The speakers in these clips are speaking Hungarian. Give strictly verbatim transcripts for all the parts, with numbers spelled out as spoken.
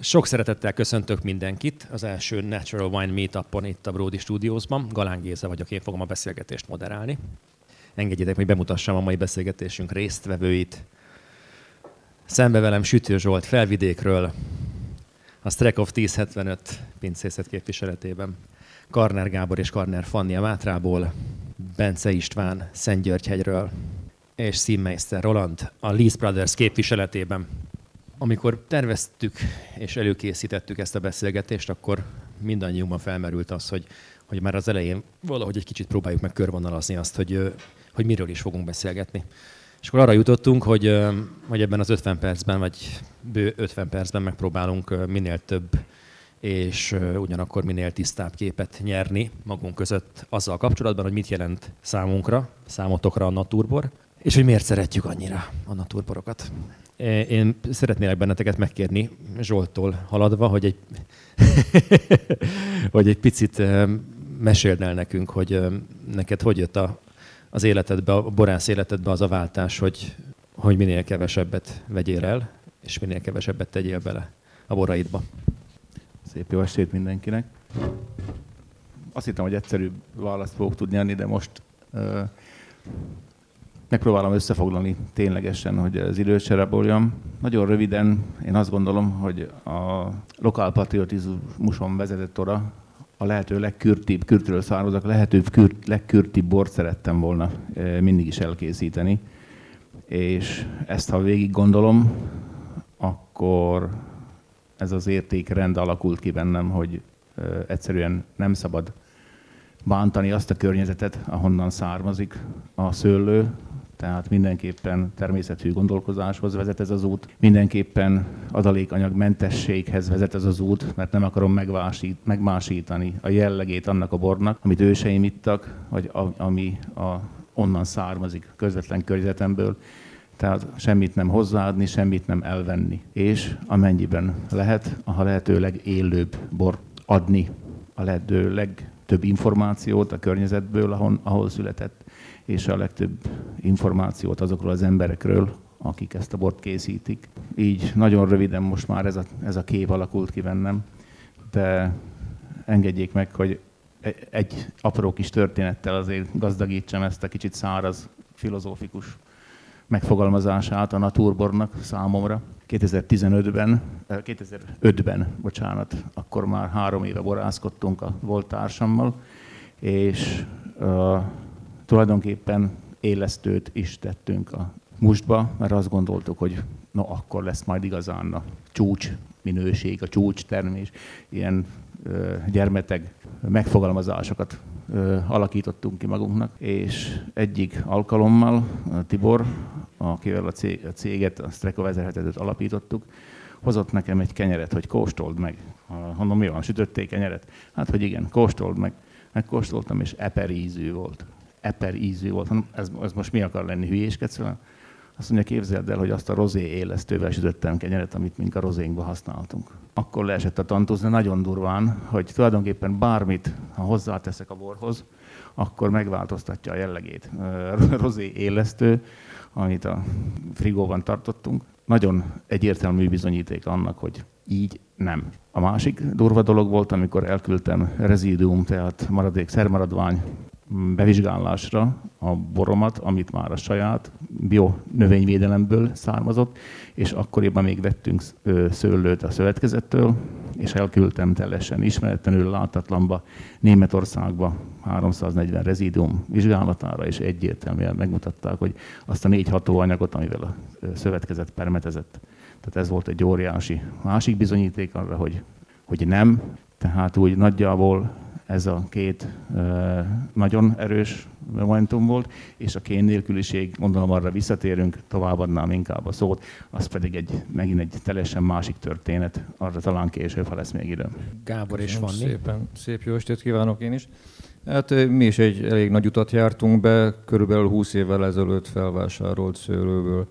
Sok szeretettel köszöntök mindenkit az első Natural Wine Meetupon itt a Bródi Studiosban. Galán Géza vagyok, én fogom a beszélgetést moderálni. Engedjétek, hogy bemutassam a mai beszélgetésünk résztvevőit. Szembe velem Sütő Zsolt Felvidékről, a Strekov tíz hetvenöt pincészet képviseletében, Karner Gábor és Karner Fanni a Mátrából, Bence István Szentgyörgyhegyről, és Színmeister Roland a Lees Brothers képviseletében. Amikor terveztük és előkészítettük ezt a beszélgetést, akkor mindannyiunkban felmerült az, hogy, hogy már az elején valahogy egy kicsit próbáljuk meg körvonalazni azt, hogy, hogy miről is fogunk beszélgetni. És akkor arra jutottunk, hogy, hogy ebben az ötven percben, vagy bő ötven percben megpróbálunk minél több és ugyanakkor minél tisztább képet nyerni magunk között azzal kapcsolatban, hogy mit jelent számunkra, számotokra a naturbor, és hogy miért szeretjük annyira a naturborokat. Én szeretnélek benneteket megkérni, Zsolttól haladva, hogy egy, hogy egy picit meséld el nekünk, hogy neked hogy jött a, az életedbe, a borász életedbe az a váltás, hogy, hogy minél kevesebbet vegyél el, és minél kevesebbet tegyél bele a boraidba. Szép jó estét mindenkinek. Azt hittem, hogy egyszerűbb választ fogok tudni adni, de most uh, megpróbálom összefoglalni ténylegesen, hogy az időt se raboljam. Nagyon röviden én azt gondolom, hogy a lokálpatriotizmuson vezetett oda a lehető legkürtibb, kürtről származok, a lehető kürt, legkürtibb bort szerettem volna mindig is elkészíteni. És ezt, ha végig gondolom, akkor ez az értékrend alakult ki bennem, hogy egyszerűen nem szabad bántani azt a környezetet, ahonnan származik a szőlő, tehát mindenképpen természetű gondolkozáshoz vezet ez az út, mindenképpen adalékanyagmentességhez vezet ez az út, mert nem akarom megvásít, megmásítani a jellegét annak a bornak, amit őseim ittak, vagy a, ami a, onnan származik közvetlen környezetemből. Tehát semmit nem hozzáadni, semmit nem elvenni. És amennyiben lehet, a lehető legélőbb bort adni, a lehető legtöbb információt a környezetből, ahol, ahol született, és a legtöbb információt azokról az emberekről, akik ezt a bort készítik. Így nagyon röviden most már ez a, ez a kép alakult ki bennem, de engedjék meg, hogy egy apró kis történettel azért gazdagítsam ezt a kicsit száraz, filozófikus megfogalmazását a naturbornak számomra. kétezer-tizenötben, kétezer-ötben, bocsánat, akkor már három éve borászkodtunk a volt társammal, és uh, tulajdonképpen élesztőt is tettünk a mustba, mert azt gondoltuk, hogy no, akkor lesz majd igazán a csúcs minőség, a csúcs termés, ilyen uh, gyermeteg megfogalmazásokat uh, alakítottunk ki magunknak, és egyik alkalommal Tibor, akivel a céget, a Strekov ezerhetedet alapítottuk, hozott nekem egy kenyeret, hogy kóstold meg. Mondom, mi van, sütötték kenyeret? Hát, hogy igen, kóstold meg. Megkóstoltam, és eper ízű volt. Eper ízű volt. Ez, ez most mi akar lenni, hülyéskedsz vele? Azt mondja, képzeld el, hogy azt a rozé élesztővel sütöttem kenyeret, amit mink a rozénkba használtunk. Akkor leesett a tantusz, de nagyon durván, hogy tulajdonképpen bármit, ha hozzáteszek a borhoz, akkor megváltoztatja a jellegét. Rozé élesztő, amit a frigóban tartottunk, nagyon egyértelmű bizonyíték annak, hogy így nem. A másik durva dolog volt, amikor elküldtem rezidium, tehát maradék szermaradvány bevizsgálásra a boromat, amit már a saját bio növényvédelemből származott, és akkoriban még vettünk szőlőt a szövetkezettől, és elküldtem teljesen ismeretlenül látatlanba Németországba háromszáznegyven rezidium vizsgálatára, és egyértelműen megmutatták, hogy azt a négy hatóanyagot, amivel a szövetkezet permetezett. Tehát ez volt egy óriási másik bizonyíték arra, hogy, hogy nem. Tehát úgy nagyjából ez a két uh, nagyon erős momentum volt, és a kén nélküliség, gondolom arra visszatérünk, továbbadnám inkább a szót, az pedig egy, megint egy teljesen másik történet, arra talán később, ha lesz még időm. Gábor és Fanni. Szépen, szép jó estét kívánok én is. Hát mi is egy elég nagy utat jártunk be, körülbelül húsz évvel ezelőtt felvásárolt szőlőből.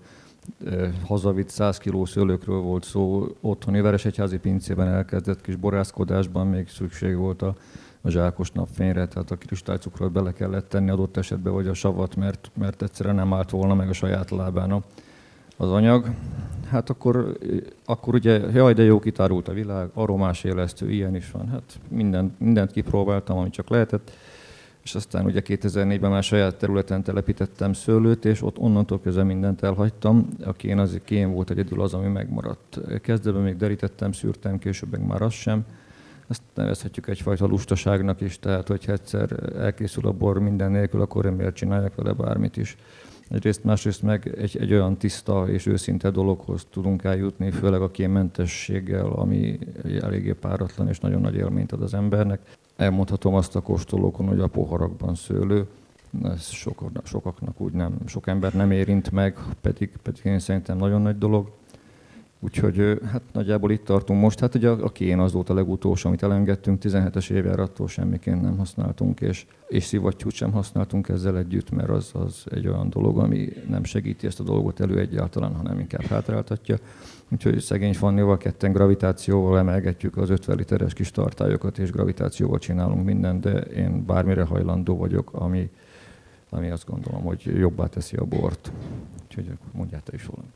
Hazavitt száz kiló szőlőkről volt szó, otthoni Veresegyházi pincében elkezdett kis borászkodásban még szükség volt a a zsákos napfényre, tehát a kristálycukrot bele kellett tenni adott esetben, vagy a savat, mert, mert egyszerűen nem állt volna meg a saját lábán a, az anyag. Hát akkor, akkor ugye, jaj, de jó, kitárult a világ, aromás élesztő, ilyen is van. Hát mindent, mindent kipróbáltam, ami csak lehetett. És aztán ugye kétezer-négyben már saját területen telepítettem szőlőt, és ott onnantól kezdve mindent elhagytam. A kén, az, kén volt egyedül az, ami megmaradt. Kezdetben még derítettem, szűrtem, később meg már az sem. Ezt nevezhetjük egyfajta lustaságnak is, tehát hogyha egyszer elkészül a bor minden nélkül, akkor én miért csinálják vele bármit is. Egyrészt, másrészt meg egy, egy olyan tiszta és őszinte dologhoz tudunk eljutni, főleg a kénmentességgel, ami eléggé páratlan és nagyon nagy élményt ad az embernek. Elmondhatom azt a kóstolókon, hogy a poharakban szőlő, ez sokak, sokaknak úgy nem, sok ember nem érint meg, pedig, pedig én szerintem nagyon nagy dolog. Úgyhogy hát nagyjából itt tartunk most. Hát ugye a kén az volt a legutolsó, amit elengedtünk, tizenhetes évjárattól semmiként nem használtunk, és, és szivattyút sem használtunk ezzel együtt, mert az, az egy olyan dolog, ami nem segíti ezt a dolgot elő egyáltalán, hanem inkább hátráltatja. Úgyhogy szegény Fannival ketten gravitációval emelgetjük az ötven literes kis tartályokat, és gravitációval csinálunk mindent, de én bármire hajlandó vagyok, ami, ami azt gondolom, hogy jobbá teszi a bort. Úgyhogy mondjál te is valamit.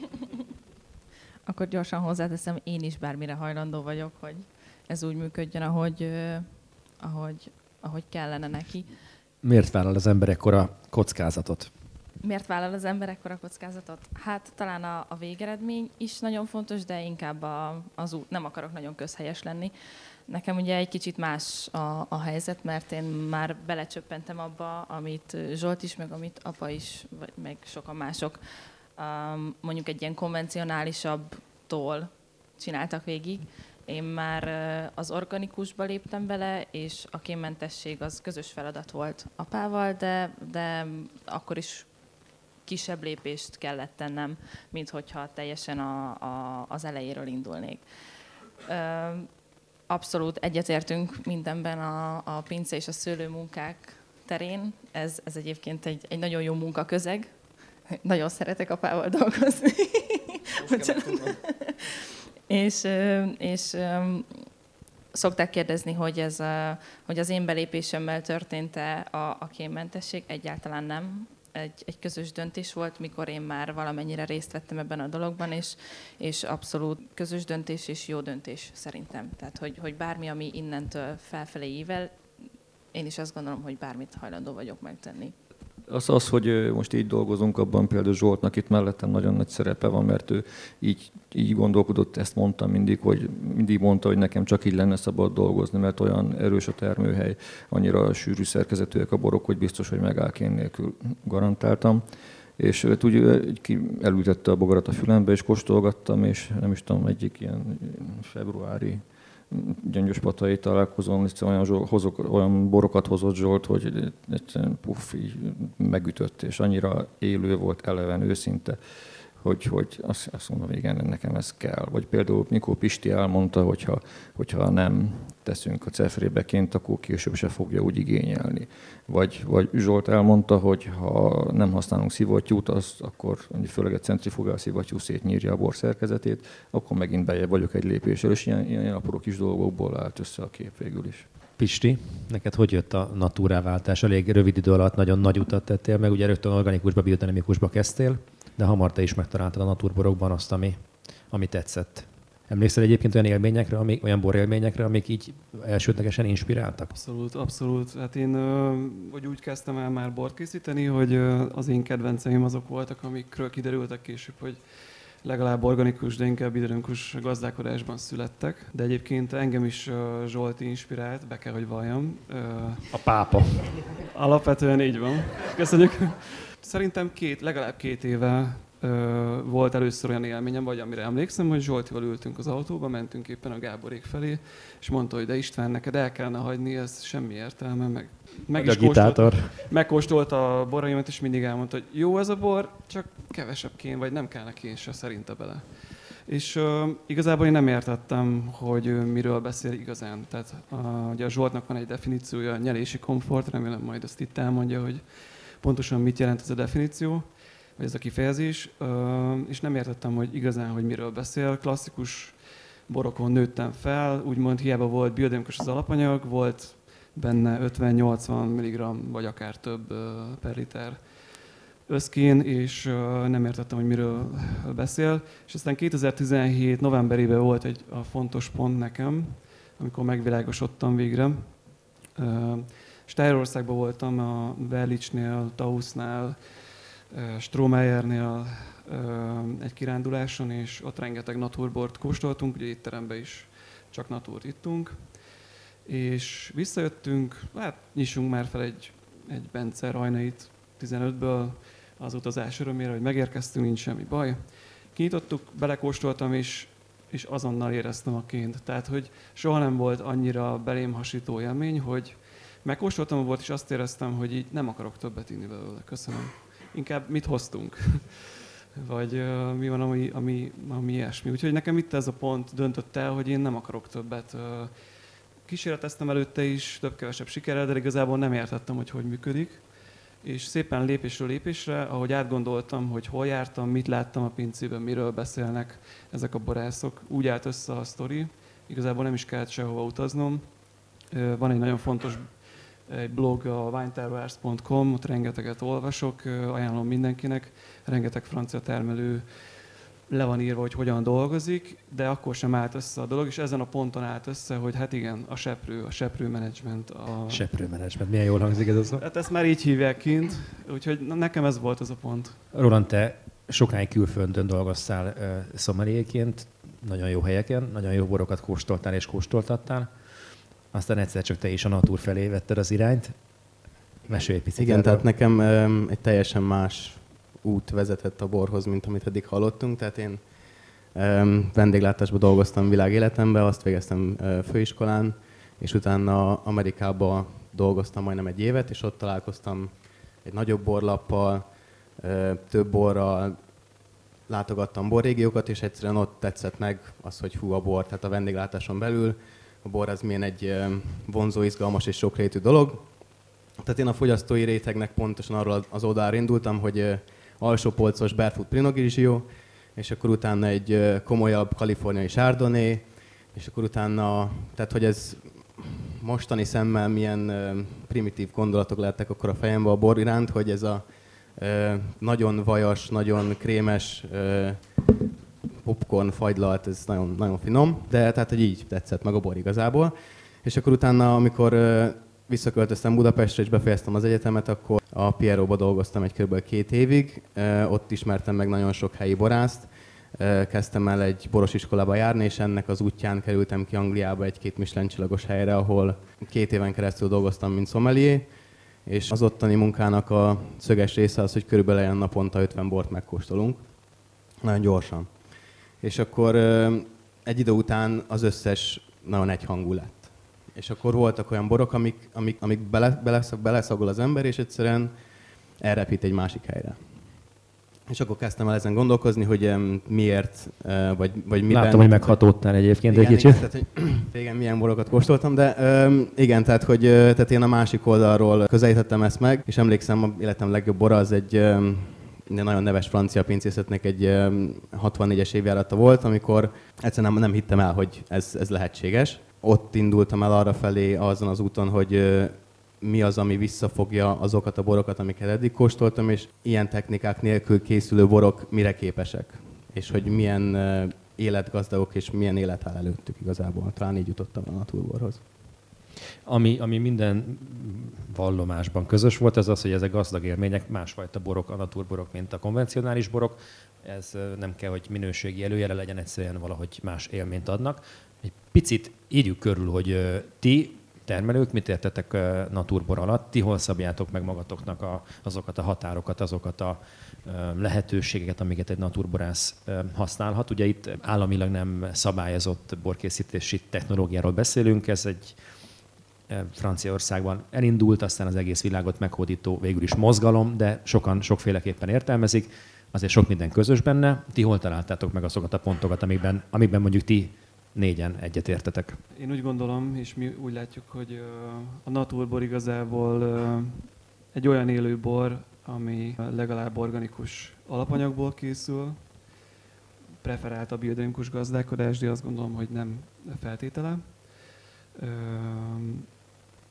Akkor gyorsan hozzáteszem, én is bármire hajlandó vagyok, hogy ez úgy működjön, ahogy, ahogy, ahogy kellene neki. Miért vállal az ember ekkora kockázatot? Miért vállal az ember ekkora kockázatot? Hát talán a, a végeredmény is nagyon fontos, de inkább a, az út. Nem akarok nagyon közhelyes lenni. Nekem ugye egy kicsit más a, a helyzet, mert én már belecsöppentem abba, amit Zsolt is, meg amit apa is, vagy meg sokan mások Um, mondjuk egy ilyen konvencionálisabbtól csináltak végig. Én már uh, az organikusba léptem bele, és a kénmentesség az közös feladat volt apával, de, de akkor is kisebb lépést kellett tennem, mint hogyha teljesen a, a, az elejéről indulnék. Uh, abszolút egyetértünk mindenben a, a pince és a szőlőmunkák terén. Ez, ez egyébként egy, egy nagyon jó munkaközeg. Nagyon szeretek apával dolgozni. és, és szokták kérdezni, hogy, ez a, hogy az én belépésemmel történt-e a, a kénmentesség. Egyáltalán nem. Egy, egy közös döntés volt, mikor én már valamennyire részt vettem ebben a dologban, és, és abszolút közös döntés és jó döntés szerintem. Tehát, hogy, hogy bármi, ami innentől felfelé ível, én is azt gondolom, hogy bármit hajlandó vagyok megtenni. Az, az, hogy most így dolgozunk, abban például Zsoltnak itt mellettem nagyon nagy szerepe van, mert ő így, így gondolkodott, ezt mondtam mindig, hogy mindig mondta, hogy nekem csak így lenne szabad dolgozni, mert olyan erős a termőhely, annyira sűrű szerkezetűek a borok, hogy biztos, hogy megáll kén nélkül, garantáltam. És őt úgy elültette a bogarat a fülembe, és kóstolgattam, és nem is tudom, egyik ilyen februári Gyöngyöspatai találkozón olyan, hozok, olyan borokat hozott Zsolt, hogy egyszerűen puff, így megütött, és annyira élő volt, eleven, őszinte, hogy, hogy azt, azt mondom, igen, nekem ez kell. Vagy például mikor Pisti elmondta, hogyha, hogyha nem teszünk a cefrébeként, akkor később se fogja úgy igényelni. Vagy, vagy Zsolt elmondta, hogy ha nem használunk szivattyút, az akkor főleg egy centrifugál szivattyú szétnyírja a bor szerkezetét, akkor megint bejebb vagyok egy lépéssel, és ilyen, ilyen apró kis dolgokból állt össze a kép végül is. Pisti, neked hogy jött a natúráváltás? Elég rövid idő alatt nagyon nagy utat tettél meg, ugye rögtön organikusba, biodinamikusba kezdtél, de hamar te is megtaláltad a natúrborokban azt, ami, ami tetszett. Emlékszel egyébként olyan élményekre, amik, olyan borélményekre, amik így elsődlegesen inspiráltak? Abszolút, abszolút. Hát én vagy úgy kezdtem el már bort készíteni, hogy az én kedvenceim azok voltak, amikről kiderültek később, hogy legalább organikus, de inkább biodinamikus gazdálkodásban születtek. De egyébként engem is Zsolti inspirált, be kell, hogy valljam. A pápa. Alapvetően így van. Köszönjük. Szerintem két, legalább két éve ö, volt először olyan élményem, vagy amire emlékszem, hogy Zsoltival ültünk az autóba, mentünk éppen a Gáborék felé, és mondta, hogy de István, neked el kellene hagyni, ez semmi értelme, meg, meg is kóstolt, megkóstolta a boraimat, és mindig elmondta, hogy jó ez a bor, csak kevesebb kén, vagy nem kellene kén se szerinte bele. És uh, igazából én nem értettem, hogy uh, miről beszél igazán. Tehát uh, ugye a Zsoltnak van egy definíciója, nyelési komfort, remélem majd ezt itt elmondja, hogy pontosan mit jelent ez a definíció, vagy ez a kifejezés, uh, és nem értettem, hogy igazán, hogy miről beszél. Klasszikus borokon nőttem fel, úgymond hiába volt biodinamikus az alapanyag, volt benne ötven-nyolcvan milligramm, vagy akár több uh, per liter Összkén, és nem értettem, hogy miről beszél. És aztán kétezer-tizenhét novemberében volt egy a fontos pont nekem, amikor megvilágosodtam végre. Stájerországban voltam a Berlicsnél, Tausznál, Strohmeyernél egy kiránduláson, és ott rengeteg naturbort kóstoltunk, ugye étteremben is csak natúrt ittunk. És visszajöttünk, hát nyissunk már fel egy, egy Bence Rajnait tizenötből az utazás örömére, hogy megérkeztünk, nincs semmi baj. Kinyitottuk, belekóstoltam, és, és azonnal éreztem a ként. Tehát, hogy soha nem volt annyira belém hasító élmény, hogy megkóstoltam a bort, és azt éreztem, hogy így nem akarok többet inni belőle. Köszönöm. Inkább mit hoztunk? Vagy uh, mi van, ami, ami, ami ilyesmi. Úgyhogy nekem itt ez a pont döntött el, hogy én nem akarok többet. Uh, kísérleteztem előtte is, több-kevesebb sikerrel, de igazából nem értettem, hogy hogy működik. És szépen lépésről lépésre, ahogy átgondoltam, hogy hol jártam, mit láttam a pincében, miről beszélnek ezek a borászok, úgy állt össze a sztori. Igazából nem is kellett sehova utaznom. Uh, van egy nagyon fontos egy blog, a wineterroirs pont com, ott rengeteget olvasok, ajánlom mindenkinek, rengeteg francia termelő le van írva, hogy hogyan dolgozik, de akkor sem állt össze a dolog, és ezen a ponton állt össze, hogy hát igen, a seprő, a seprő menedzsment. A... Seprő menedzsment, milyen jól hangzik ez a szó. Hát ezt már így hívják kint, úgyhogy nekem ez volt az a pont. Roland, te sokáig külföldön dolgoztál uh, szomeliéként, nagyon jó helyeken, nagyon jó borokat kóstoltál és kóstoltattál. Aztán egyszer csak te is a natúr felé vetted az irányt. Mesélj egy picit. Igen, erről. Tehát nekem um, egy teljesen más út vezetett a borhoz, mint amit eddig hallottunk. Tehát én um, vendéglátásban dolgoztam világéletemben, azt végeztem uh, főiskolán, és utána Amerikában dolgoztam majdnem egy évet, és ott találkoztam egy nagyobb borlappal, uh, több borral, látogattam borrégiókat, és egyszerűen ott tetszett meg az, hogy hú, a bor, tehát a vendéglátáson belül a bor az milyen egy vonzó, izgalmas és sokrétű dolog. Tehát én a fogyasztói rétegnek pontosan arról az oldalra indultam, hogy alsópolcos Barefoot Pinot Grigio, és akkor utána egy komolyabb kaliforniai Chardonnay, és akkor utána, tehát hogy ez mostani szemmel milyen primitív gondolatok lettek akkor a fejembe a bor iránt, hogy ez a nagyon vajas, nagyon krémes popcorn, fagylalt, ez nagyon, nagyon finom, de tehát, hogy így tetszett meg a bor igazából. És akkor utána, amikor uh, visszaköltöztem Budapestre és befejeztem az egyetemet, akkor a Pierróba dolgoztam egy kb. két évig. Uh, ott ismertem meg nagyon sok helyi borászt. Uh, kezdtem el egy borosiskolába járni, és ennek az útján kerültem ki Angliába egy-két Michelin csillagos helyre, ahol két éven keresztül dolgoztam, mint sommelier. És az ottani munkának a szöges része az, hogy körülbelül ilyen naponta ötven bort megkóstolunk. Nagyon gyorsan. És akkor egy idő után az összes nagyon egyhangú lett. És akkor voltak olyan borok, amik, amik, amik bele, beleszag, beleszagol az ember, és egyszerűen elrepít egy másik helyre. És akkor kezdtem el ezen gondolkozni, hogy miért, vagy, vagy miben... Láttam, hogy meghatódtál egyébként igen, egy kicsit. Igen, tehát, hogy régen milyen borokat kóstoltam, de igen, tehát, hogy tehát én a másik oldalról közelítettem ezt meg, és emlékszem, a életem legjobb bora az egy nagyon neves francia pincészetnek egy hatvannégyes évjárata volt, amikor egyszerűen nem, nem hittem el, hogy ez, ez lehetséges. Ott indultam el arra felé azon az úton, hogy mi az, ami visszafogja azokat a borokat, amiket eddig kóstoltam, és ilyen technikák nélkül készülő borok mire képesek, és hogy milyen életgazdagok és milyen élet áll előttük igazából. Talán így jutottam a natúrborhoz. Ami, ami minden vallomásban közös volt, ez az, hogy ezek gazdag élmények, másfajta borok, a natúrborok, mint a konvencionális borok. Ez nem kell, hogy minőségi előjele legyen, egyszerűen valahogy más élményt adnak. Egy picit írjuk körül, hogy ti, termelők, mit értetek natúrbor alatt, ti hol szabjátok meg magatoknak a, azokat a határokat, azokat a lehetőségeket, amiket egy natúrborász használhat. Ugye itt államilag nem szabályozott borkészítési technológiáról beszélünk, ez egy Franciaországban elindult, aztán az egész világot meghódító végül is mozgalom, de sokan sokféleképpen értelmezik, azért sok minden közös benne. Ti hol találtátok meg azokat a pontokat, amikben, amikben mondjuk ti négyen egyetértetek? Én úgy gondolom, és mi úgy látjuk, hogy a natúrbor igazából egy olyan élő bor, ami legalább organikus alapanyagból készül, preferált a biodinamikus gazdálkodás, de azt gondolom, hogy nem feltétele.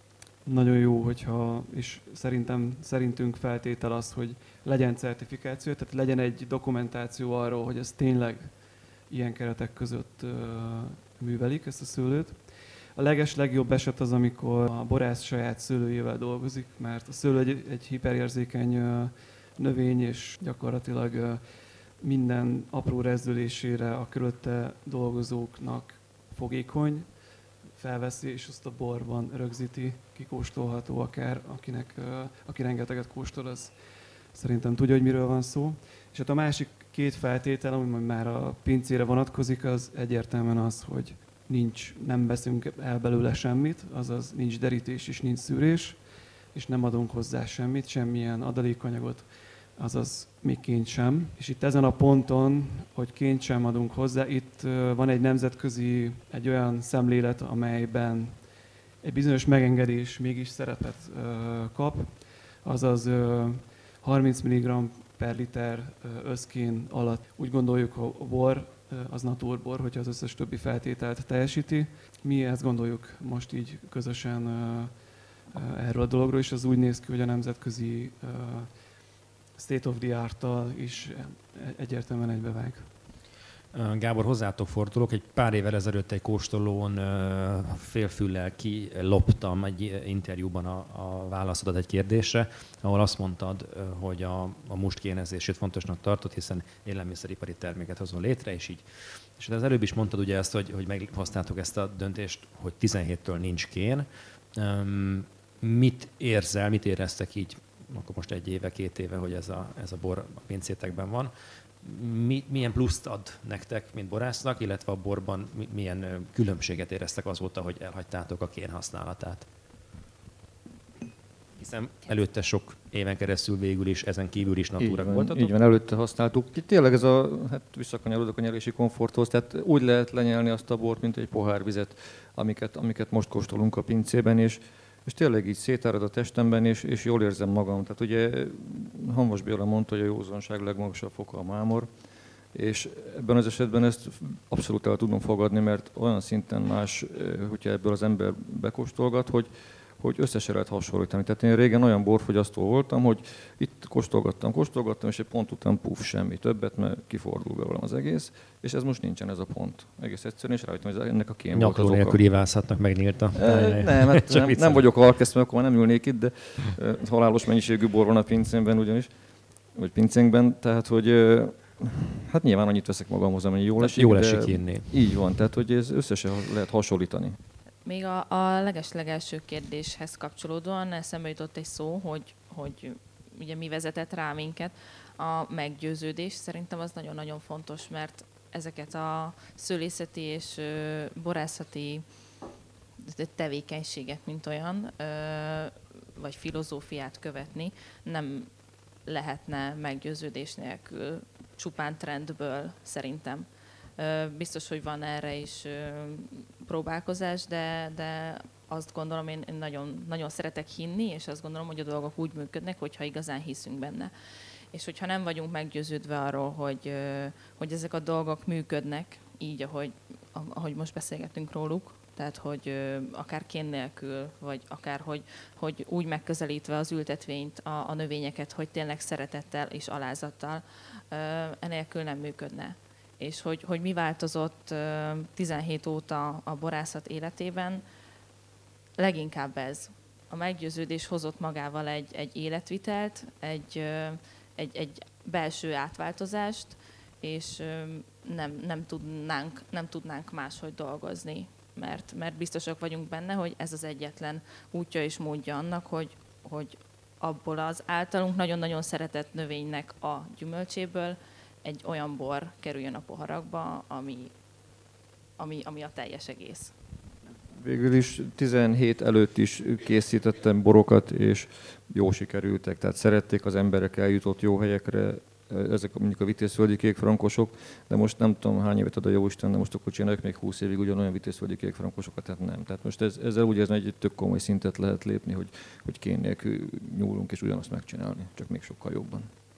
nagyon jó, hogyha, és szerintem, szerintünk feltétel az, hogy legyen certifikáció, tehát legyen egy dokumentáció arról, hogy ez tényleg ilyen keretek között uh, művelik ezt a szőlőt. A leges legjobb eset az, amikor a borász saját szőlőjével dolgozik, mert a szőlő egy, egy hiperérzékeny uh, növény, és gyakorlatilag uh, minden apró rezdülésére a körülötte dolgozóknak fogékony, felveszi, és azt a borban rögzíti, kikóstolható akár, akinek, uh, aki rengeteget kóstol, az szerintem tudja, hogy miről van szó. És hát a másik két feltétel, ami már a pincére vonatkozik, az egyértelműen az, hogy nincs, nem veszünk el belőle semmit, azaz nincs derítés és nincs szűrés, és nem adunk hozzá semmit, semmilyen adalékanyagot, azaz még ként sem. És itt ezen a ponton, hogy ként sem adunk hozzá, itt van egy nemzetközi, egy olyan szemlélet, amelyben egy bizonyos megengedés mégis szerepet kap, azaz harminc milligramm per liter összkén alatt. Úgy gondoljuk, hogy a bor az naturbor, hogyha az összes többi feltételt teljesíti. Mi ezt gondoljuk most így közösen erről a dologról, és az úgy néz ki, hogy a nemzetközi state of the art-tal is egyértelműen egybevág. Gábor, hozzátok fordulok. Egy pár évvel ezelőtt egy kóstolón félfüllel kiloptam egy interjúban a, a válaszodat egy kérdésre, ahol azt mondtad, hogy a, a must kénezését fontosnak tartod, hiszen élelmiszeripari terméket hozol létre, és így. És az előbb is mondtad ugye ezt, hogy, hogy meghoztátok ezt a döntést, hogy tizenhéttől nincs kén. Mit érzel, mit éreztek így, akkor most egy éve, két éve, hogy ez a, ez a bor a pincétekben van? Mi, milyen pluszt ad nektek, mint borásznak, illetve a borban milyen különbséget éreztek azóta, hogy elhagytátok a kén használatát? Hiszen előtte sok éven keresztül végül is, ezen kívül is natúrak voltatok. Így van, előtte használtuk. Itt tényleg ez a, hát visszakanyarodok a nyelési komforthoz, tehát úgy lehet lenyelni azt a bort, mint egy pohár vizet, amiket, amiket most kóstolunk a pincében, és és tényleg így szétárad a testemben, és, és jól érzem magam. Tehát ugye Hamvas Béla mondta, hogy a józanság legmagasabb foka a mámor, és ebben az esetben ezt abszolút el tudom fogadni, mert olyan szinten más, hogyha ebből az ember bekóstolgat, hogy, hogy össze lehet hasonlítani. Tehát én régen olyan borfogyasztó voltam, hogy itt kóstolgattam, kóstolgattam, és egy pont után puf, semmi többet, mert kifordul belőlem az egész, és ez most nincsen ez a pont. Egész egyszerűen, és rájöttem, hogy ennek a kén volt az oka. Nyakló nélkül ivázhatnak meg nyílta. E, nem, hát nem, nem vagyok alkesztve, akkor már nem ülnék itt, de e, halálos mennyiségű bor van a pincémben ugyanis, vagy pincénkben, tehát hogy e, hát nyilván annyit veszek magamhoz, amennyi jól esik. Jól esik inni. Így van, tehát hogy ez összesen lehet hasonlítani. Még a, a leges-legelső kérdéshez kapcsolódóan eszembe jutott egy szó, hogy, hogy ugye mi vezetett rá minket. A meggyőződés szerintem az nagyon-nagyon fontos, mert ezeket a szőlészeti és borászati tevékenységet, mint olyan, vagy filozófiát követni, nem lehetne meggyőződés nélkül, csupán trendből szerintem. Biztos, hogy van erre is próbálkozás, de, de azt gondolom, én nagyon, nagyon szeretek hinni, és azt gondolom, hogy a dolgok úgy működnek, hogyha igazán hiszünk benne. És hogyha nem vagyunk meggyőződve arról, hogy, hogy ezek a dolgok működnek, így, ahogy, ahogy most beszélgetünk róluk, tehát hogy akár kén nélkül, vagy akár hogy, hogy úgy megközelítve az ültetvényt, a, a növényeket, hogy tényleg szeretettel és alázattal, enélkül nem működne. És hogy, hogy mi változott tizenhét óta a borászat életében, leginkább ez. A meggyőződés hozott magával egy, egy életvitelt, egy, egy, egy belső átváltozást, és nem, nem, tudnánk, nem tudnánk máshogy dolgozni, mert, mert biztosak vagyunk benne, hogy ez az egyetlen útja és módja annak, hogy, hogy abból az általunk nagyon-nagyon szeretett növénynek a gyümölcséből egy olyan bor kerüljön a poharakba, ami, ami, ami a teljes egész. Végül is tizenhét előtt is készítettem borokat, és jó sikerültek. Tehát szerették az emberek, eljutott jó helyekre, ezek mondjuk a vitézföldi kékfrankosok, de most nem tudom hány évet ad a jóisten, de most akkor csináljuk még húsz évig ugyanolyan vitézföldi kékfrankosokat, tehát nem. Tehát most ez, ezzel úgy érzem, hogy egy tök komoly szintet lehet lépni, hogy, hogy kén nélkül nyúlunk és ugyanazt megcsinálni, csak még sokkal jobban.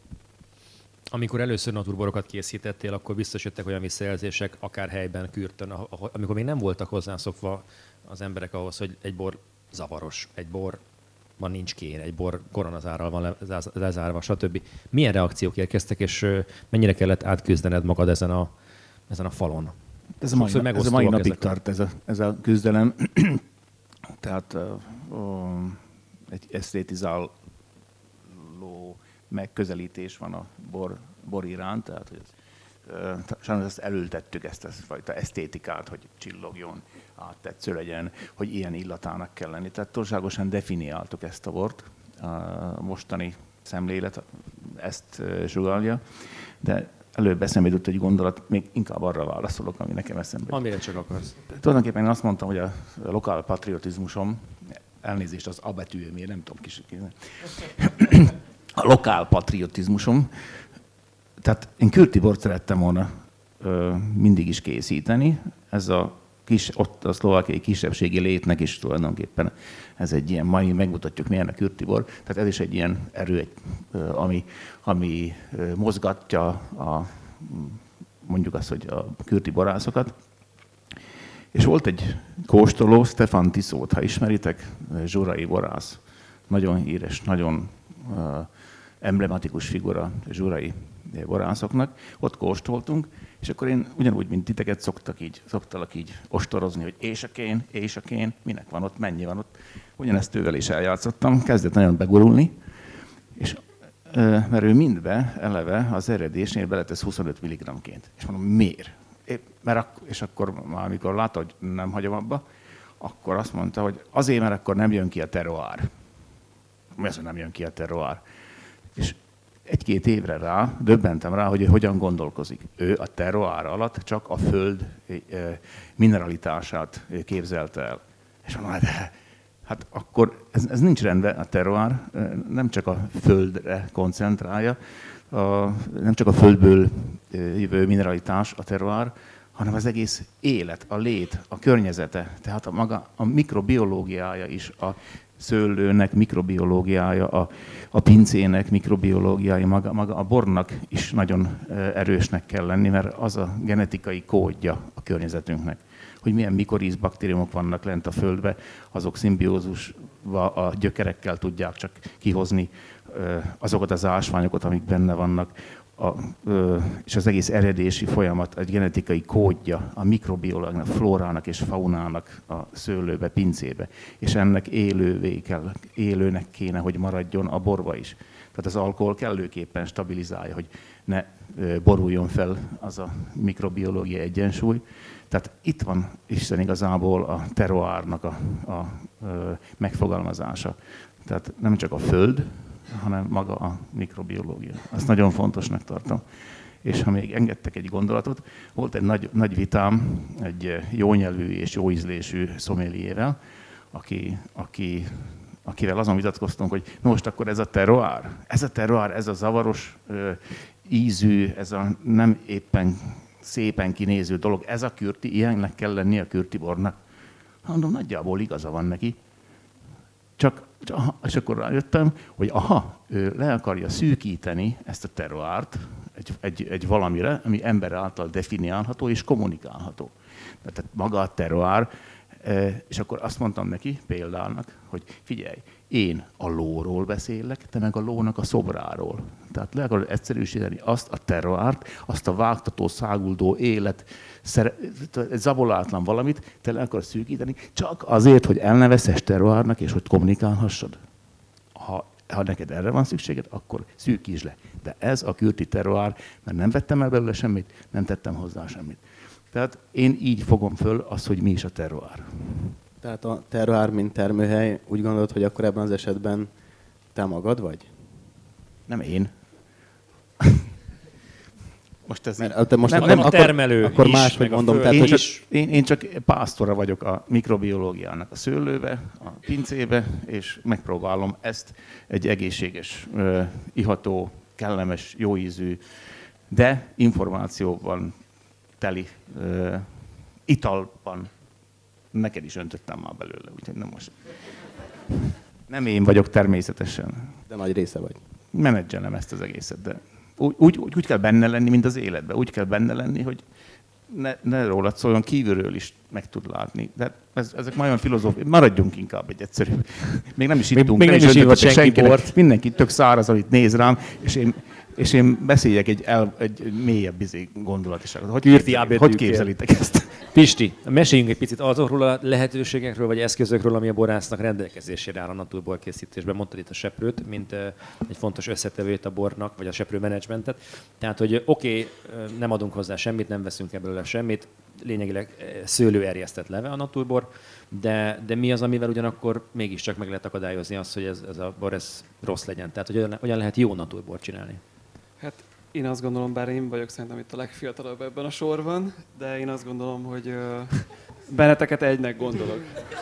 Amikor először naturborokat készítettél, akkor biztos jöttek olyan visszajelzések, akár helyben, Kürtön, amikor még nem voltak hozzászokva az emberek ahhoz, hogy egy bor zavaros, egy bor van nincs kén, egy bor koronazárral van lezárva, stb. Milyen reakciók érkeztek, és mennyire kellett átküzdened magad ezen a, ezen a falon? Ez a mai, ez a mai napig ezek tart ez a, ez a küzdelem. Tehát uh, uh, egy esztétizáló megközelítés van a bor, bor iránt, tehát hogy ez, uh, sajnos ezt elültettük, ezt a fajta esztétikát, hogy csillogjon, áttetsző legyen, hogy ilyen illatának kell lenni. Tehát túlságosan definiáltuk ezt a bort, a mostani szemlélet ezt sugallja, de előbb eszembe jutott egy gondolat, még inkább arra válaszolok, ami nekem eszembe jutott. Amire csak akarsz. Tulajdonképpen én azt mondtam, hogy a lokál patriotizmusom, elnézést az A betű, miért nem tudom kis... A lokál patriotizmusom, tehát én kürti bort szerettem volna ö, mindig is készíteni. Ez a kis, ott a szlovákiai kisebbségi létnek is tulajdonképpen ez egy ilyen, mai megmutatjuk milyen a kürti bor. Tehát ez is egy ilyen erő, egy, ö, ami, ami ö, mozgatja a, mondjuk azt, hogy a kürti borászokat. És volt egy kóstoló, Stefan Tiszót, ha ismeritek, zsurai borász. Nagyon híres, nagyon ö, emblematikus figura zsurai borászoknak. Ott kóstoltunk, és akkor én ugyanúgy, mint titeket szoktak így, szoktalak így ostorozni, hogy és a kén, és a kén, minek van ott, mennyi van ott. Ugyanezt ővel is eljátszottam, kezdett nagyon begurulni, és mert ő mindbe eleve az eredésnél beletesz huszonöt milligramként. És mondom, miért? Épp, mert ak- és akkor már amikor látta, hogy nem hagyom abba, akkor azt mondta, hogy azért, mert akkor nem jön ki a terroár. Mi az, hogy nem jön ki a terroár? És egy-két évre rá döbbentem rá, hogy ő hogyan gondolkozik. Ő a terroár alatt csak a föld mineralitását képzelte el. És mondom, hát, hát akkor ez, ez nincs rendben, a terroár nem csak a földre koncentrálja, a, nem csak a földből jövő mineralitás a terroár, hanem az egész élet, a lét, a környezete, tehát a maga a mikrobiológiája is, a szőlőnek mikrobiológiája, a, a pincének mikrobiológiája, maga, maga a bornak is nagyon erősnek kell lenni, mert az a genetikai kódja a környezetünknek. Hogy milyen mikoríz baktériumok vannak lent a földbe, azok szimbiózusban a gyökerekkel tudják csak kihozni azokat az ásványokat, amik benne vannak. A, és az egész eredési folyamat, egy genetikai kódja a mikrobiológiának, flórának és faunának a szőlőbe, pincébe. És ennek élővé kell, élőnek kéne, hogy maradjon a borba is. Tehát az alkohol kellőképpen stabilizálja, hogy ne boruljon fel az a mikrobiológiai egyensúly. Tehát itt van Isten igazából a terroárnak a, a, a megfogalmazása. Tehát nem csak a föld, hanem maga a mikrobiológia. Azt nagyon fontosnak tartom. És ha még engedtek egy gondolatot, volt egy nagy, nagy vitám egy jónyelvű és jóízlésű szomeliével, aki, aki, akivel azon vitatkoztunk, hogy no most akkor ez a terroár, ez a terroár, ez a zavaros ö, ízű, ez a nem éppen szépen kinéző dolog, ez a kürti, ilyennek kell lennie a kürtibornak. Mondom, nagyjából igaza van neki. Csak, és akkor rájöttem, hogy aha, ő le akarja szűkíteni ezt a terroárt egy, egy, egy valamire, ami ember által definiálható és kommunikálható. Tehát maga a terroár, és akkor azt mondtam neki példának, hogy figyelj, én a lóról beszélek, te meg a lónak a szobráról. Tehát le akarod egyszerűsíteni azt a terroárt, azt a vágtató, száguldó élet, egy zabolátlan valamit, te le akarod szűkíteni, csak azért, hogy elnevezhess terroárnak, és hogy kommunikálhassad. Ha, ha neked erre van szükséged, akkor szűkítsd le. De ez a kürti terroár, mert nem vettem el belőle semmit, nem tettem hozzá semmit. Tehát én így fogom föl azt, hogy mi is a terroár. Tehát a terroár, mint termőhely, úgy gondolod, hogy akkor ebben az esetben te magad vagy? Nem én. Most ez Mert, te most nem, nem, nem akkor, a termelő akkor is, máshogy mondom. Tehát, én, hogy csak, én, én csak pásztora vagyok a mikrobiológiának, a szőlőbe, a pincébe, és megpróbálom ezt egy egészséges, uh, iható, kellemes, jóízű, de információban teli uh, italban. Neked is öntöttem már belőle, úgyhogy nem most. Nem én vagyok természetesen. De nagy része vagy. Menedzselem ezt az egészet, de úgy, úgy, úgy kell benne lenni, mint az életben. Úgy kell benne lenni, hogy ne, ne rólad szóljon, kívülről is meg tud látni. De ez, ezek már olyan filozófiai, maradjunk inkább egy egyszerű. Még nem is ittunk, még nem, nem is ívott senki senkinek. bort. Mindenki tök száraz, amit néz rám, és én, és én beszéljek egy, el, egy mélyebb izé gondolatiságot. Hogy, képzeli, hogy képzelitek ezt? Pisti, meséljünk egy picit azokról a lehetőségekről, vagy eszközökről, ami a borásznak rendelkezésére áll a naturból készítésben. Mondtad itt a seprőt, mint egy fontos összetevőt a bornak, vagy a seprő menedzsmentet. Tehát, hogy oké, okay, nem adunk hozzá semmit, nem veszünk ebből semmit, lényegileg szőlőerjesztett leve a naturbor, de, de mi az, amivel ugyanakkor mégiscsak meg lehet akadályozni azt, hogy ez, ez a bor ez rossz legyen? Tehát, hogy hogyan, hogyan lehet jó naturbort csinálni? Hát én azt gondolom, bár én vagyok szerintem itt a legfiatalabb ebben a sorban, de én azt gondolom, hogy uh, benneteket egynek gondolok.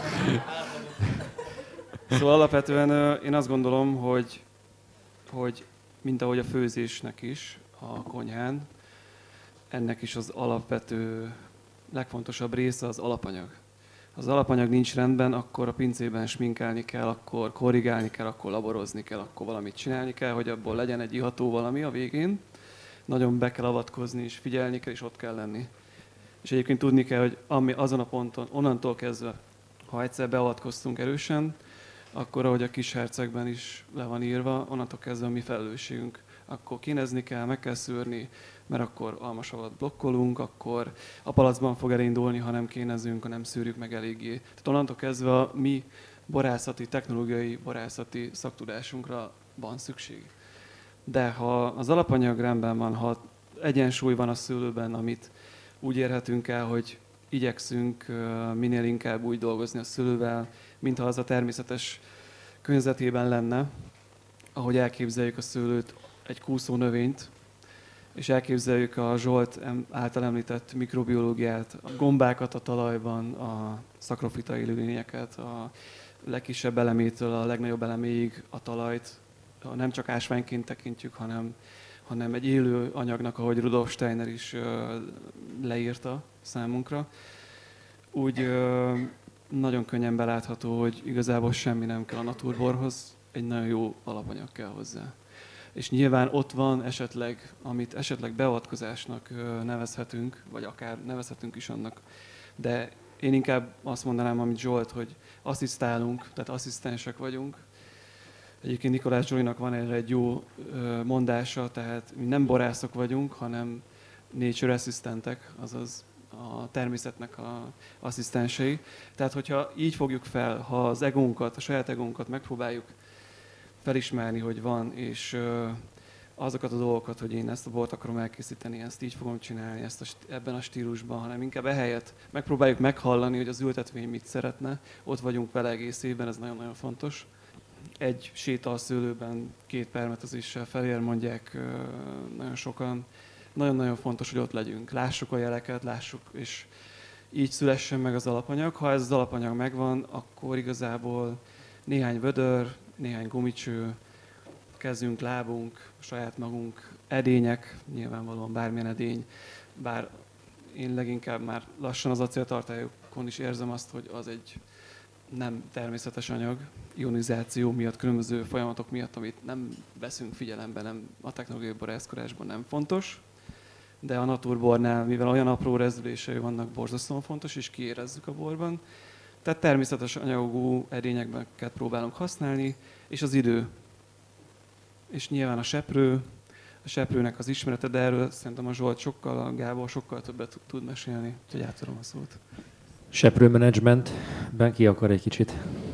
Szóval alapvetően uh, én azt gondolom, hogy, hogy mint ahogy a főzésnek is a konyhán, ennek is az alapvető, legfontosabb része az alapanyag. Ha az alapanyag nincs rendben, akkor a pincében sminkálni kell, akkor korrigálni kell, akkor laborozni kell, akkor valamit csinálni kell, hogy abból legyen egy iható valami a végén. Nagyon be kell avatkozni, és figyelni kell, és ott kell lenni. És egyébként tudni kell, hogy ami azon a ponton, onnantól kezdve, ha egyszer beavatkoztunk erősen, akkor ahogy a kis hercegben is le van írva, onnantól kezdve a mi felelősségünk. Akkor kínezni kell, meg kell szűrni, mert akkor almasavat blokkolunk, akkor a palacban fog elindulni, ha nem kénezünk, ha nem szűrjük meg eléggé. Tehát onnantól kezdve a mi borászati, technológiai borászati szaktudásunkra van szükség. De ha az alapanyag rendben van, ha egyensúly van a szőlőben, amit úgy érhetünk el, hogy igyekszünk minél inkább úgy dolgozni a szőlővel, mintha az a természetes környezetében lenne, ahogy elképzeljük a szőlőt, egy kúszó növényt, és elképzeljük a Zsolt által említett mikrobiológiát, a gombákat a talajban, a szakrofita élőlényeket, a legkisebb elemétől a legnagyobb eleméig a talajt, nem csak ásványként tekintjük, hanem, hanem egy élő anyagnak, ahogy Rudolf Steiner is uh, leírta számunkra. Úgy uh, nagyon könnyen belátható, hogy igazából semmi nem kell a naturborhoz, egy nagyon jó alapanyag kell hozzá. És nyilván ott van esetleg, amit esetleg beavatkozásnak uh, nevezhetünk, vagy akár nevezhetünk is annak, de én inkább azt mondanám, amit Zsolt, hogy asszisztálunk, tehát asszisztensek vagyunk. Egyébként Nikolás Zsolinak van erre egy jó mondása, tehát mi nem borászok vagyunk, hanem nature asszisztentek, azaz a természetnek az asszisztensei. Tehát, hogyha így fogjuk fel, ha az egónkat, a saját egónkat megpróbáljuk felismerni, hogy van, és azokat a dolgokat, hogy én ezt a bort akarom elkészíteni, ezt így fogom csinálni, ezt a, ebben a stílusban, hanem inkább ehelyett megpróbáljuk meghallani, hogy az ültetvény mit szeretne, ott vagyunk vele egész évben, ez nagyon-nagyon fontos. Egy séta a szőlőben két permetezéssel felér, mondják nagyon sokan. Nagyon-nagyon fontos, hogy ott legyünk. Lássuk a jeleket, lássuk, és így szülessen meg az alapanyag. Ha ez az alapanyag megvan, akkor igazából néhány vödör, néhány gumicső, kezünk, lábunk, saját magunk, edények, nyilvánvalóan bármilyen edény, bár én leginkább már lassan az acéltartályokon is érzem azt, hogy az egy nem természetes anyag, ionizáció miatt, különböző folyamatok miatt, amit nem veszünk figyelembe, nem, a technológiai borászkodásban nem fontos, de a naturbornál, mivel olyan apró rezdülései vannak, borzasztóan fontos, és kiérezzük a borban. Tehát természetes anyagú edényeket próbálunk használni, és az idő. És nyilván a seprő, a seprőnek az ismerete, de erről szerintem a Zsolt sokkal, a Gábor sokkal többet tud mesélni, úgyhogy átadom a szót. Seprő menedzsmentben ki akar egy kicsit?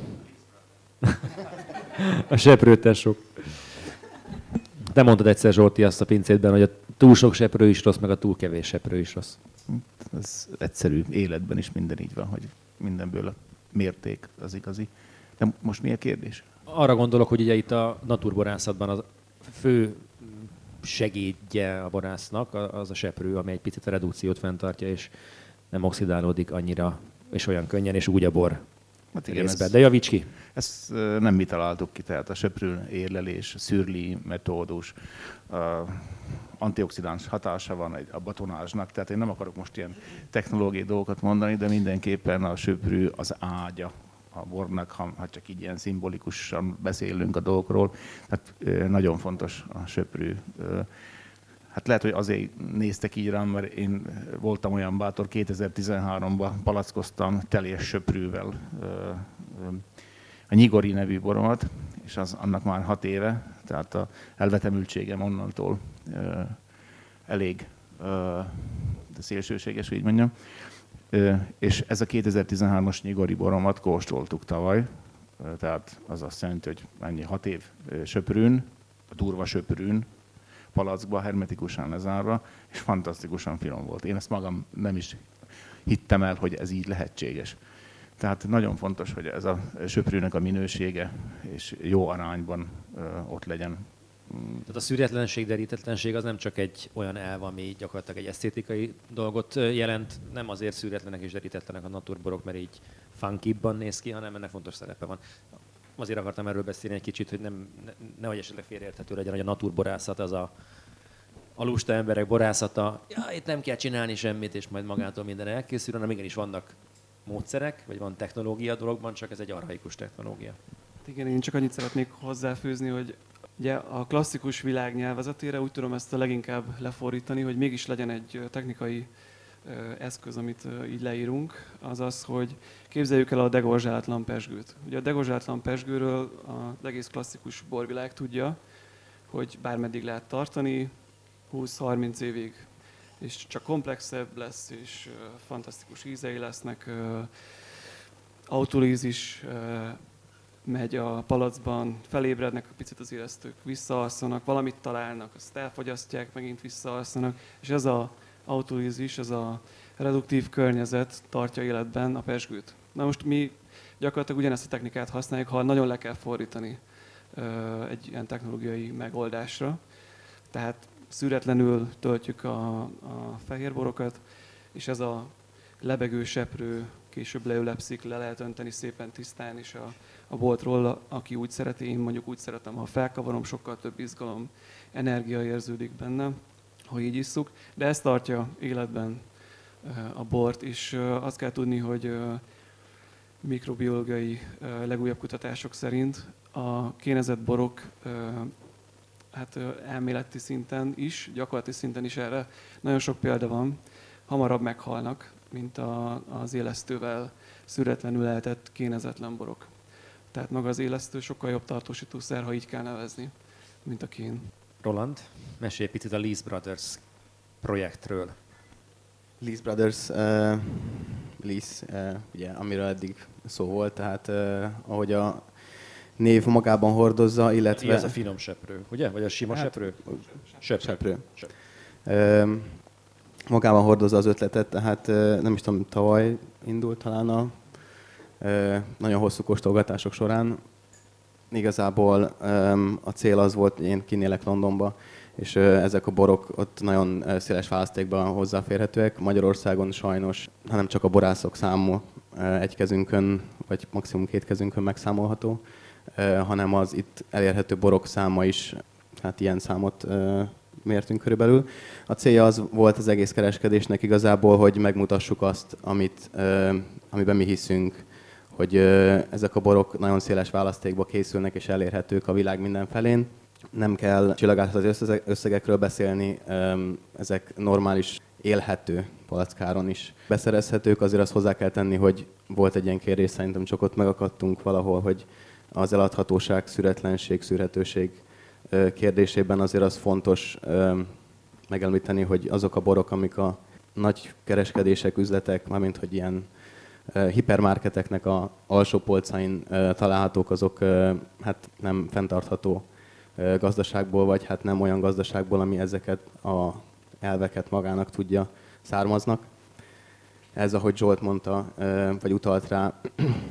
A seprőtesok. Te mondtad egyszer, Zsolti, azt a pincétben, hogy a túl sok seprő is rossz, meg a túl kevés seprő is rossz. Ez egyszerű, életben is minden így van, hogy mindenből a mérték az igazi. De most mi a kérdés? Arra gondolok, hogy ugye itt a naturborászatban az fő segédje a borásznak az a seprő, ami egy picit a redukciót fenntartja, és nem oxidálódik annyira, és olyan könnyen, és úgy a bor hát igen, részben. Ez, de javíts ki! Ezt nem mi találtuk ki, tehát a seprő érlelés, szürli metódus, uh, antioxidáns hatása van egy, a batonázsnak, tehát én nem akarok most ilyen technológiai dolgokat mondani, de mindenképpen a seprő az ágya a bornak, ha, ha csak így ilyen szimbolikusan beszélünk a dolgokról. Tehát uh, nagyon fontos a seprő. Uh, Hát lehet, hogy azért néztek így rám, mert én voltam olyan bátor, kétezer-tizenháromban palackoztam teljes söprűvel a Nyigori nevű boromat, és az annak már hat éve, tehát a elvetemültségem onnantól elég de szélsőséges, így mondjam. És ez a kétezer-tizenhármas Nyigori boromat kóstoltuk tavaly, tehát az azt jelenti, hogy ennyi hat év söprűn, a durva söprűn, palackba, hermetikusan lezárva, és fantasztikusan finom volt. Én ezt magam nem is hittem el, hogy ez így lehetséges. Tehát nagyon fontos, hogy ez a söprűnek a minősége és jó arányban ott legyen. Tehát a szűretlenség, derítetlenség az nem csak egy olyan elv, ami gyakorlatilag egy esztétikai dolgot jelent, nem azért szűretlenek és derítetlenek a naturborok, mert így funkibban néz ki, hanem ennek fontos szerepe van. Azért akartam erről beszélni egy kicsit, hogy nem, ne, nehogy esetleg félreérthető legyen, hogy a naturborászat az a, a lusta emberek borászata, ja, itt nem kell csinálni semmit, és majd magától minden elkészül, hanem igenis vannak módszerek, vagy van technológia a dologban, csak ez egy archaikus technológia. Igen, én csak annyit szeretnék hozzáfűzni, hogy ugye a klasszikus világ nyelvezetére úgy tudom ezt a leginkább lefordítani, hogy mégis legyen egy technikai eszköz, amit így leírunk, az az, hogy képzeljük el a degorzsálatlan pezsgőt. Ugye a degorzsálatlan pezsgőről az egész klasszikus borvilág tudja, hogy bármeddig lehet tartani, húsz-harminc évig, és csak komplexebb lesz, és fantasztikus ízei lesznek, autolízis megy a palacban, felébrednek a picit az élesztők, visszaalszanak, valamit találnak, azt elfogyasztják, megint visszaalszanak, és ez az autolízis, ez a reduktív környezet tartja életben a pezsgőt. Na most mi gyakorlatilag ugyanezt a technikát használjuk, ha nagyon le kell fordítani egy ilyen technológiai megoldásra. Tehát szűretlenül töltjük a, a fehérborokat, és ez a lebegő seprő később leülepszik, le lehet önteni szépen tisztán, és a, a boltról, aki úgy szereti, én mondjuk úgy szeretem, ha felkavarom, sokkal több izgalom, energia érződik benne, ha így isszuk, de ez tartja életben a bort, és azt kell tudni, hogy mikrobiológiai legújabb kutatások szerint a kénezett borok hát elméleti szinten is, gyakorlati szinten is erre nagyon sok példa van, hamarabb meghalnak, mint a, az élesztővel szűretlenül lehetett kénezetlen borok. Tehát maga az élesztő sokkal jobb tartósítószer, ha így kell nevezni, mint a kén. Roland, mesélj picit a Lees Brothers projektről. Lees Brothers, uh, Lees, uh, ugye, amiről eddig szó volt, tehát uh, ahogy a név magában hordozza, illetve... Mi ez a finom seprő, ugye? Vagy a sima hát, seprő? Seprő. seprő. seprő. Uh, magában hordozza az ötletet, tehát uh, nem is tudom, tavaly indult talán a uh, nagyon hosszú kóstolgatások során. Igazából um, a cél az volt, hogy én kinélek Londonba, és uh, ezek a borok ott nagyon uh, széles választékban hozzáférhetőek. Magyarországon sajnos, hanem csak a borászok száma uh, egy kezünkön, vagy maximum két kezünkön megszámolható, uh, hanem az itt elérhető borok száma is, hát ilyen számot uh, mértünk körülbelül. A célja az volt az egész kereskedésnek igazából, hogy megmutassuk azt, amit, uh, amiben mi hiszünk, hogy uh, ezek a borok nagyon széles választékba készülnek és elérhetők a világ mindenfelén. Nem kell csillagászati összegekről beszélni, um, ezek normális, élhető palackáron is beszerezhetők. Azért azt hozzá kell tenni, hogy volt egy ilyen kérdés, szerintem csak ott megakadtunk valahol, hogy az eladhatóság, szűretlenség, szűrhetőség uh, kérdésében azért az fontos um, megemlíteni, hogy azok a borok, amik a nagy kereskedések, üzletek, mármint hogy ilyen hipermarketeknek a alsó polcain uh, találhatók, azok uh, hát nem fenntartható uh, gazdaságból, vagy hát nem olyan gazdaságból, ami ezeket a elveket magának tudja, származnak. Ez, ahogy Zsolt mondta, uh, vagy utalt rá,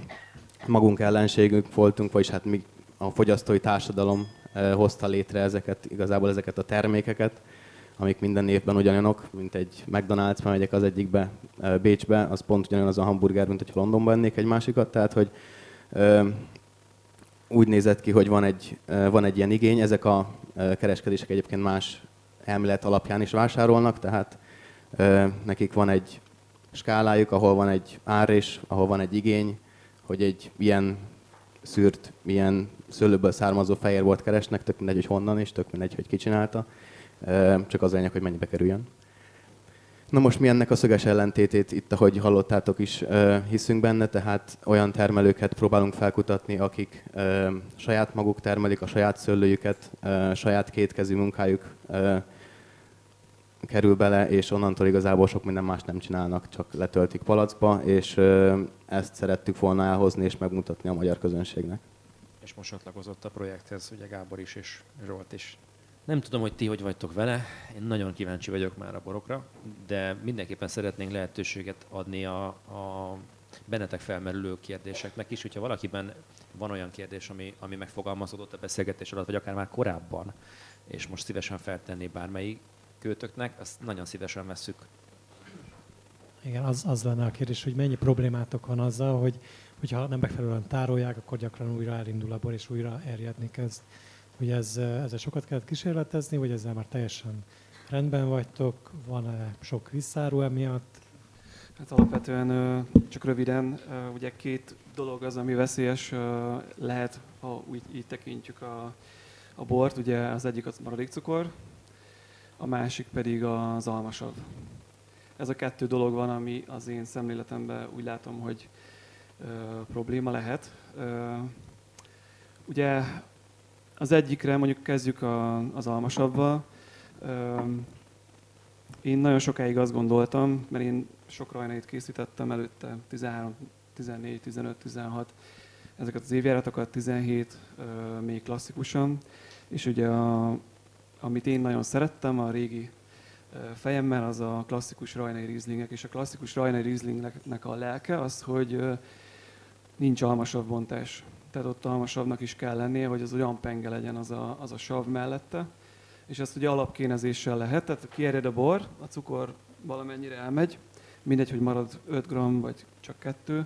magunk ellenségünk voltunk, vagyis hát mi a fogyasztói társadalom uh, hozta létre ezeket, igazából ezeket a termékeket, amik minden évben ugyanolyanok, mint egy McDonald's, megyek az egyikbe, Bécsbe, az pont ugyanolyan az a hamburger, mint hogyha Londonban ennék egy másikat. Tehát, hogy ö, úgy nézett ki, hogy van egy, ö, van egy ilyen igény. Ezek a ö, kereskedések egyébként más elmélet alapján is vásárolnak, tehát ö, nekik van egy skálájuk, ahol van egy ár és ahol van egy igény, hogy egy ilyen szűrt, ilyen szőlőből származó fehérbort keresnek, tök mindegy, hogy honnan és tök mindegy, hogy ki csinálta. csak az a lényeg, hogy mennyibe kerüljön. Na most mi ennek a szöges ellentétét itt, ahogy hallottátok is, hiszünk benne, tehát olyan termelőket próbálunk felkutatni, akik saját maguk termelik a saját szőlőjüket, saját kétkezű munkájuk kerül bele, és onnantól igazából sok minden más nem csinálnak, csak letöltik palackba, és ezt szerettük volna elhozni és megmutatni a magyar közönségnek. És most csatlakozott a projekthez, ugye Gábor is és Zsolt is. Nem tudom, hogy ti hogy vagytok vele, én nagyon kíváncsi vagyok már a borokra, de mindenképpen szeretnénk lehetőséget adni a, a bennetek felmerülő kérdéseknek is, hogyha valakiben van olyan kérdés, ami, ami megfogalmazódott a beszélgetés alatt, vagy akár már korábban, és most szívesen feltenné bármelyik kőtöknek, azt nagyon szívesen vesszük. Igen, az, az lenne a kérdés, hogy mennyi problémátok van azzal, hogy hogyha nem megfelelően tárolják, akkor gyakran újra elindul a bor, és újra erjedni kezd. Ugye ez, ezzel sokat kellett kísérletezni, vagy ezzel már teljesen rendben vagytok? Van-e sok visszáró emiatt? Hát alapvetően csak röviden, ugye két dolog az, ami veszélyes lehet, ha úgy így tekintjük a, a bort. Ugye az egyik az maradékcukor, a másik pedig az almasav. Ez a kettő dolog van, ami az én szemléletemben úgy látom, hogy ö, probléma lehet. Ö, ugye az egyikre mondjuk kezdjük a, az almasavval. Ö, én nagyon sokáig azt gondoltam, mert én sok rajnait készítettem előtte, tizenhárom, tizennégy, tizenöt, tizenhat, ezeket az évjáratokat, tizenhét ö, még klasszikusan, és ugye a, amit én nagyon szerettem a régi fejemmel, az a klasszikus rajnai rizlingek, és a klasszikus rajnai rizlingnek a lelke az, hogy nincs almasavbontás. Tehát ott almasavnak is kell lennie, hogy az olyan penge legyen az a, az a sav mellette, és ezt ugye alapkénezéssel lehet, tehát kiered a bor, a cukor valamennyire elmegy, mindegy, hogy marad öt gramm vagy csak kettő,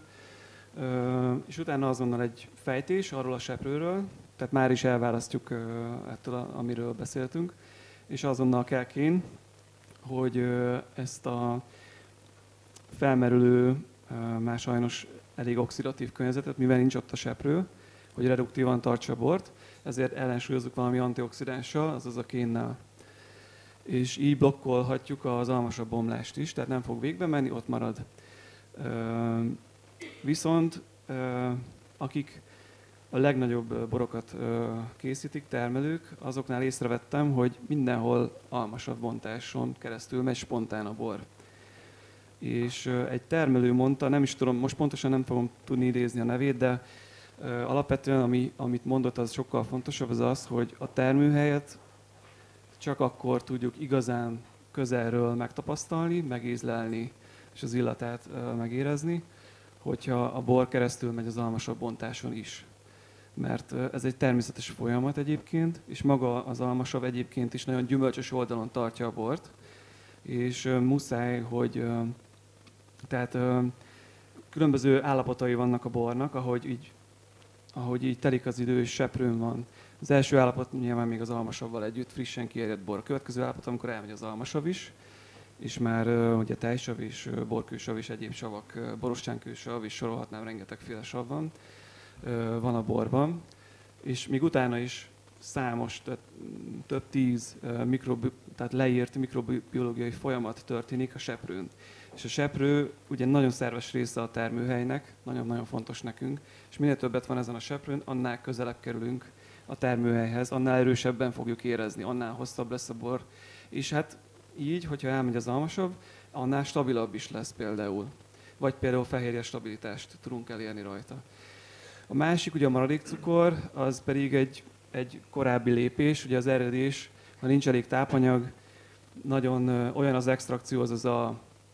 és utána azonnal egy fejtés arról a seprőről, tehát már is elválasztjuk ettől, amiről beszéltünk, és azonnal kell kén, hogy ezt a felmerülő, már sajnos elég oxidatív környezetet, mivel nincs ott a seprő, hogy reduktívan tartsa a bort, ezért ellensúlyozzuk valami antioxidánssal, azaz a kénnel. És így blokkolhatjuk az almasav bomlást is, tehát nem fog végbe menni, ott marad. Viszont akik a legnagyobb borokat készítik, termelők, azoknál észrevettem, hogy mindenhol almasavbontáson keresztül megy spontán a bor. És egy termelő mondta, nem is tudom, most pontosan nem fogom tudni idézni a nevét, de alapvetően ami, amit mondott, az sokkal fontosabb, az az, hogy a termőhelyet csak akkor tudjuk igazán közelről megtapasztalni, megízlelni, és az illatát megérezni, hogyha a bor keresztül megy az almasavbontáson is. Mert ez egy természetes folyamat egyébként, és maga az almasav egyébként is nagyon gyümölcsös oldalon tartja a bort, és muszáj, hogy tehát különböző állapotai vannak a bornak, ahogy így, ahogy így telik az idő, és seprőn van. Az első állapot nyilván még az almasavval együtt frissen kierjedt bor. A következő állapot, amikor elmegy az almasav is, és már ugye tejsav és borkősav és egyéb savak, borostyánkősav, és sorolhatnám, rengetegféle sav van. van a borban, és még utána is számos, tehát több tíz mikrobi, tehát leírt mikrobiológiai folyamat történik a seprőn. És a seprő ugye nagyon szerves része a termőhelynek, nagyon-nagyon fontos nekünk, és minél többet van ezen a seprőn, annál közelebb kerülünk a termőhelyhez, annál erősebben fogjuk érezni, annál hosszabb lesz a bor. És hát így, hogyha elmegy az almasav, annál stabilabb is lesz például. Vagy például fehérje stabilitást tudunk elérni rajta. A másik, ugye a maradékcukor, az pedig egy, egy korábbi lépés, ugye az eredés, ha nincs elég tápanyag, nagyon olyan az extrakció, azaz a,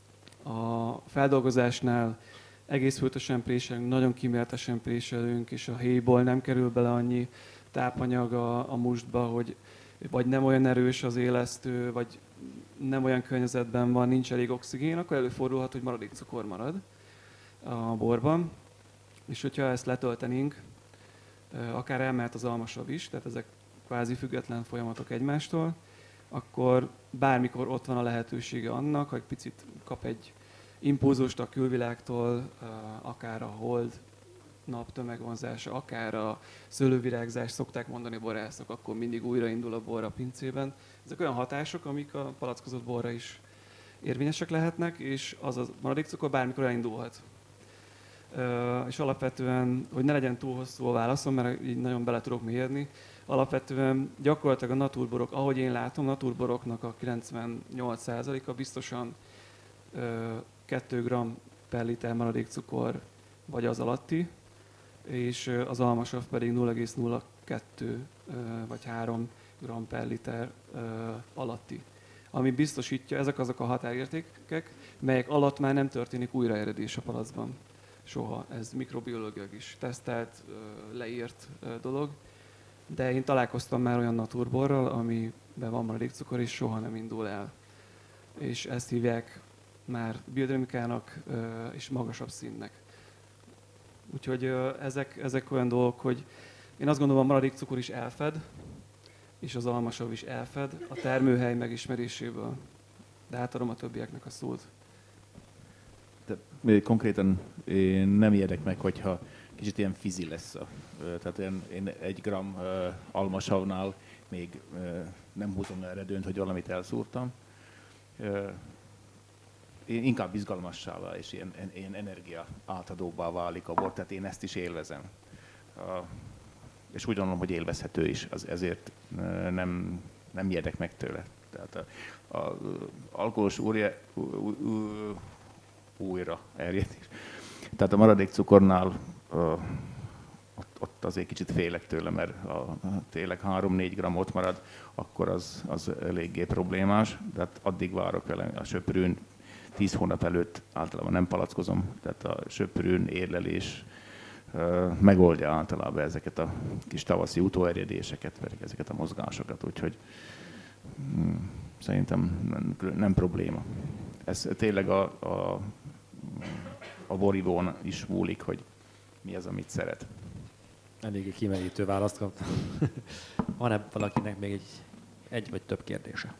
a feldolgozásnál egész föltösen préselünk, nagyon kíméletesen préselünk, és a héjból nem kerül bele annyi tápanyag a, a mustba, hogy vagy nem olyan erős az élesztő, vagy nem olyan környezetben van, nincs elég oxigén, akkor előfordulhat, hogy maradékcukor marad a borban. És hogyha ezt letöltenénk, akár elmehet az almasav is, tehát ezek kvázi független folyamatok egymástól, akkor bármikor ott van a lehetősége annak, hogy picit kap egy impulzust a külvilágtól, akár a hold nap tömegvonzása, akár a szőlővirágzás, szokták mondani a borászok, akkor mindig újraindul a bor a pincében. Ezek olyan hatások, amik a palackozott borra is érvényesek lehetnek, és az a maradékcukor bármikor elindulhat. Uh, és alapvetően, hogy ne legyen túl hosszú a válaszom, mert így nagyon bele tudok mélyedni, alapvetően gyakorlatilag a naturborok, ahogy én látom, naturboroknak a kilencvennyolc százaléka biztosan uh, két gramm per liter maradékcukor vagy az alatti, és uh, az almasav pedig nulla egész nulla kettő uh, vagy három gramm per liter uh, alatti. Ami biztosítja, ezek azok a határértékek, melyek alatt már nem történik újraeredés a palacban. Soha. Ez mikrobiológiailag is tesztelt, leírt dolog. De én találkoztam már olyan naturborral, amiben van maradékcukor, és soha nem indul el. És ezt hívják már biodinamikának és magasabb színnek. Úgyhogy ezek, ezek olyan dolgok, hogy én azt gondolom, a maradékcukor is elfed, és az almasav is elfed a termőhely megismeréséből. De átadom a többieknek a szót. De konkrétan én nem érdek meg, hogyha kicsit ilyen fizi lesz. A, tehát én, én egy gram uh, almasavnál még uh, nem húzom le eredőnt, hogy valamit elszúrtam. Uh, én inkább izgalmassá vál, és ilyen, ilyen energia átadóbbá válik a bor, tehát én ezt is élvezem. Uh, és úgy gondolom, hogy élvezhető is, az, ezért uh, nem, nem érdek meg tőle. Tehát a, a, a alkoholos újra, újra erjedés. Tehát a maradék cukornál uh, ott, ott azért kicsit félek tőle, mert ha tényleg három-négy gram ott marad, akkor az, az eléggé problémás. Tehát addig várok vele a söprűn, tíz hónap előtt általában nem palackozom, tehát a söprűn érlelés uh, megoldja általában ezeket a kis tavaszi utóerjedéseket, vagy ezeket a mozgásokat, úgyhogy hmm, szerintem nem, nem probléma. Ez tényleg a, a, a borivón is múlik, hogy mi az, amit szeret. Eléggé kimerítő választ kaptam. Van-e valakinek még egy, egy vagy több kérdése?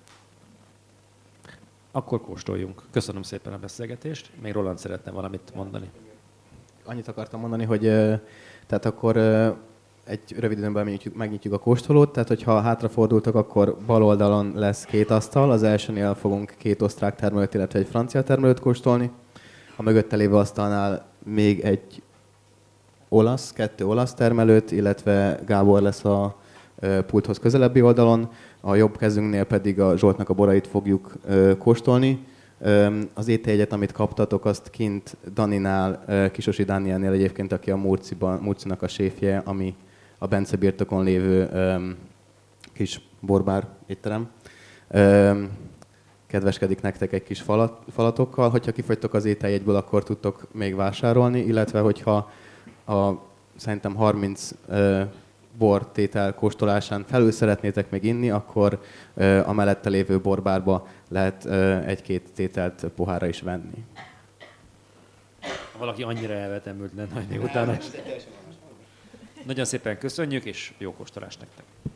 Akkor kóstoljunk. Köszönöm szépen a beszélgetést. Még Roland szeretne valamit mondani. Annyit akartam mondani, hogy tehát akkor egy rövid időben megnyitjuk, megnyitjuk a kóstolót, tehát hogyha hátrafordultak, akkor bal oldalon lesz két asztal, az elsőnél fogunk két osztrák termelőt, illetve egy francia termelőt kóstolni. A mögötte lévő asztalnál még egy olasz, kettő olasz termelőt, illetve Gábor lesz a pulthoz közelebbi oldalon, a jobb kezünknél pedig a Zsoltnak a borait fogjuk kóstolni. Az ételjegyet, amit kaptatok, azt kint Daninál, Kisosi Dánielnél egyébként, aki a Murciban, Murcinak a séfje, ami a Bence birtokon lévő kis borbár étterem. Kedveskedik nektek egy kis falat, falatokkal. Hogyha kifogytok az ételjegyből, akkor tudtok még vásárolni, illetve hogyha a szerintem harminc bortétel kóstolásán felül szeretnétek még inni, akkor a mellette lévő borbárba lehet egy-két tételt pohárra is venni. Valaki annyira elvetemült lenne, hogy még utána. Nagyon szépen köszönjük, és jó kóstolást nektek!